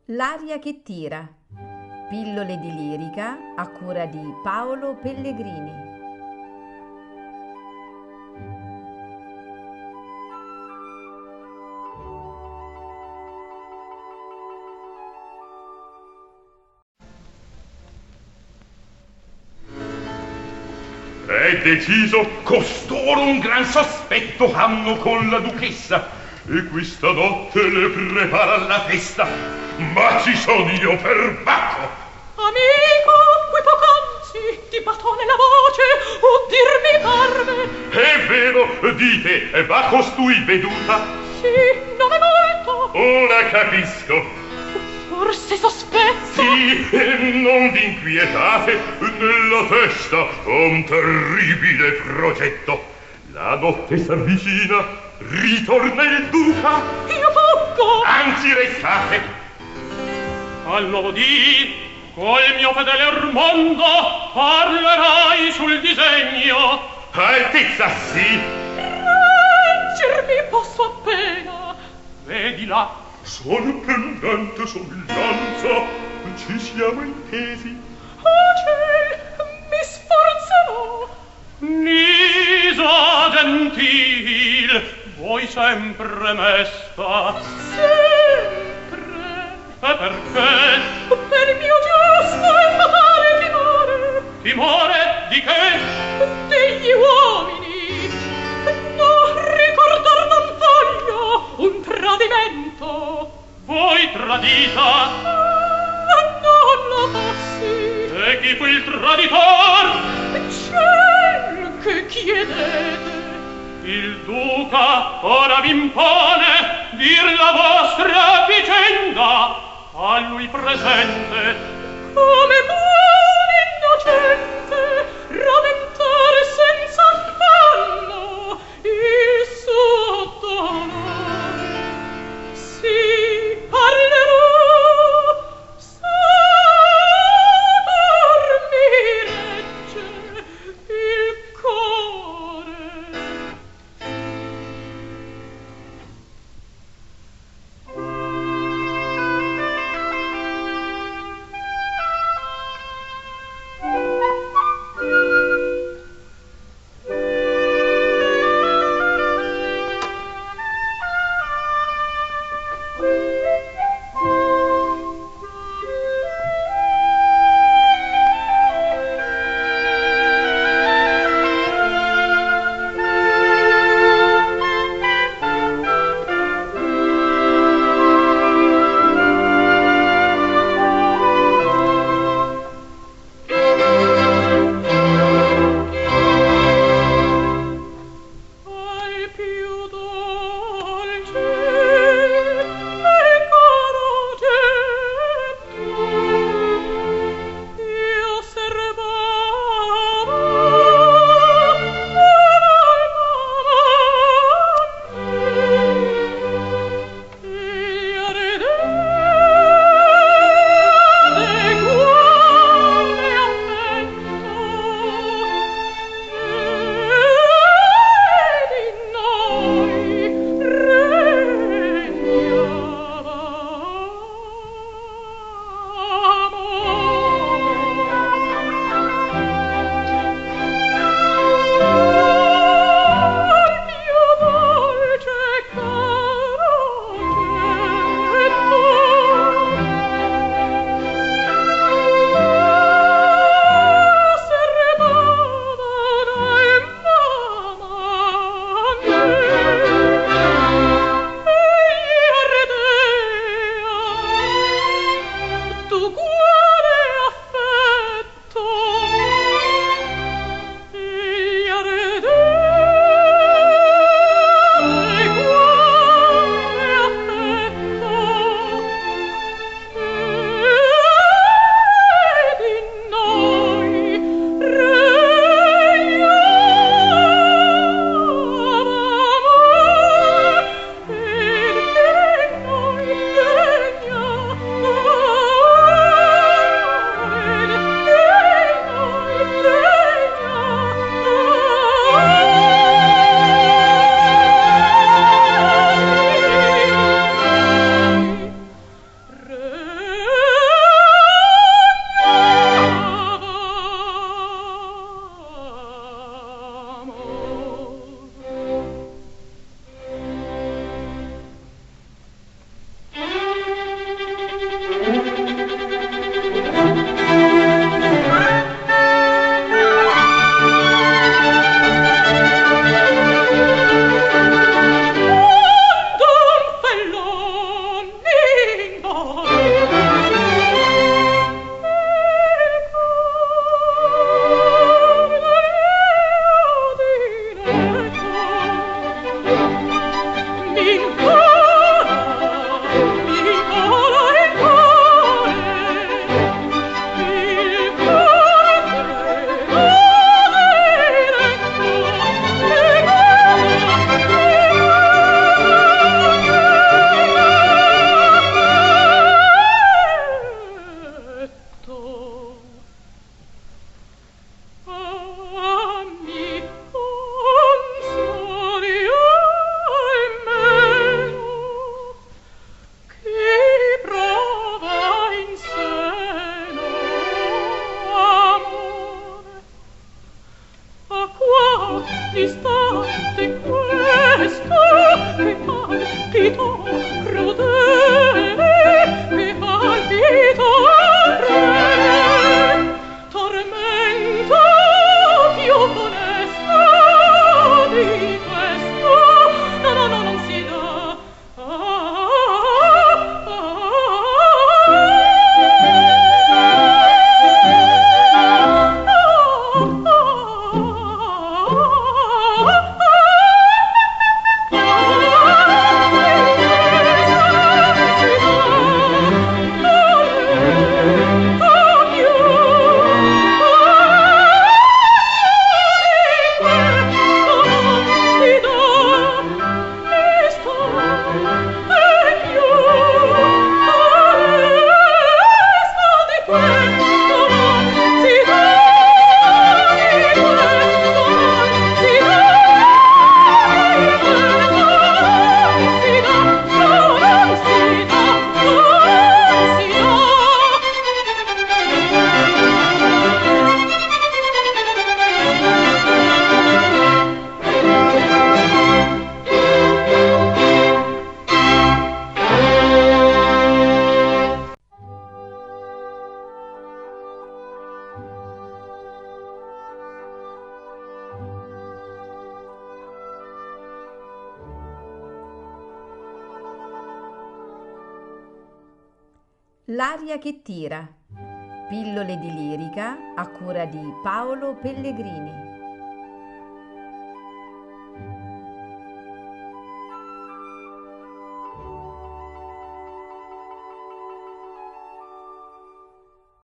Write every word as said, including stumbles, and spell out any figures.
L'aria che tira. Pillole di lirica a cura di Paolo Pellegrini. È deciso, costoro un gran sospetto hanno con la duchessa, e questa notte le prepara la festa. Ma ci son io per Bacco. Amico, qui poc'anzi ti batò nella voce, uddir mi parve. È vero, dite, e va costui veduta? Sì, non è molto. Ora capisco. Forse sospetto. Sì, e non vi inquietate, nella festa ho un terribile progetto. La notte s'avvicina, ritorna il duca. Io fuggo. Anzi, restate. Al nuovo dì, col mio fedele Ormondo, parlerai sul disegno. Altezza, sì. Reggermi posso appena. Vedi là. Son pendente somiglianza, ci siamo intesi. Oh ciel, mi sforzerò. Nisa gentil, voi sempre mesta. Sempre. E perché? Per il mio giusto e fatale timore. Timore di che? Degli uomini. No, ricordar non voglio un tradimento. Voi tradita? Ah, non lo passi. E chi fu il traditor? Ciel che chiedete? Il duca ora v'impone dir la vostra vicenda a lui presente. Come buon innocente rammentare senza affanno il suo dolore. Sì, parlerò, sapor mi regge il cuore. L'aria che tira. Pillole di lirica a cura di Paolo Pellegrini.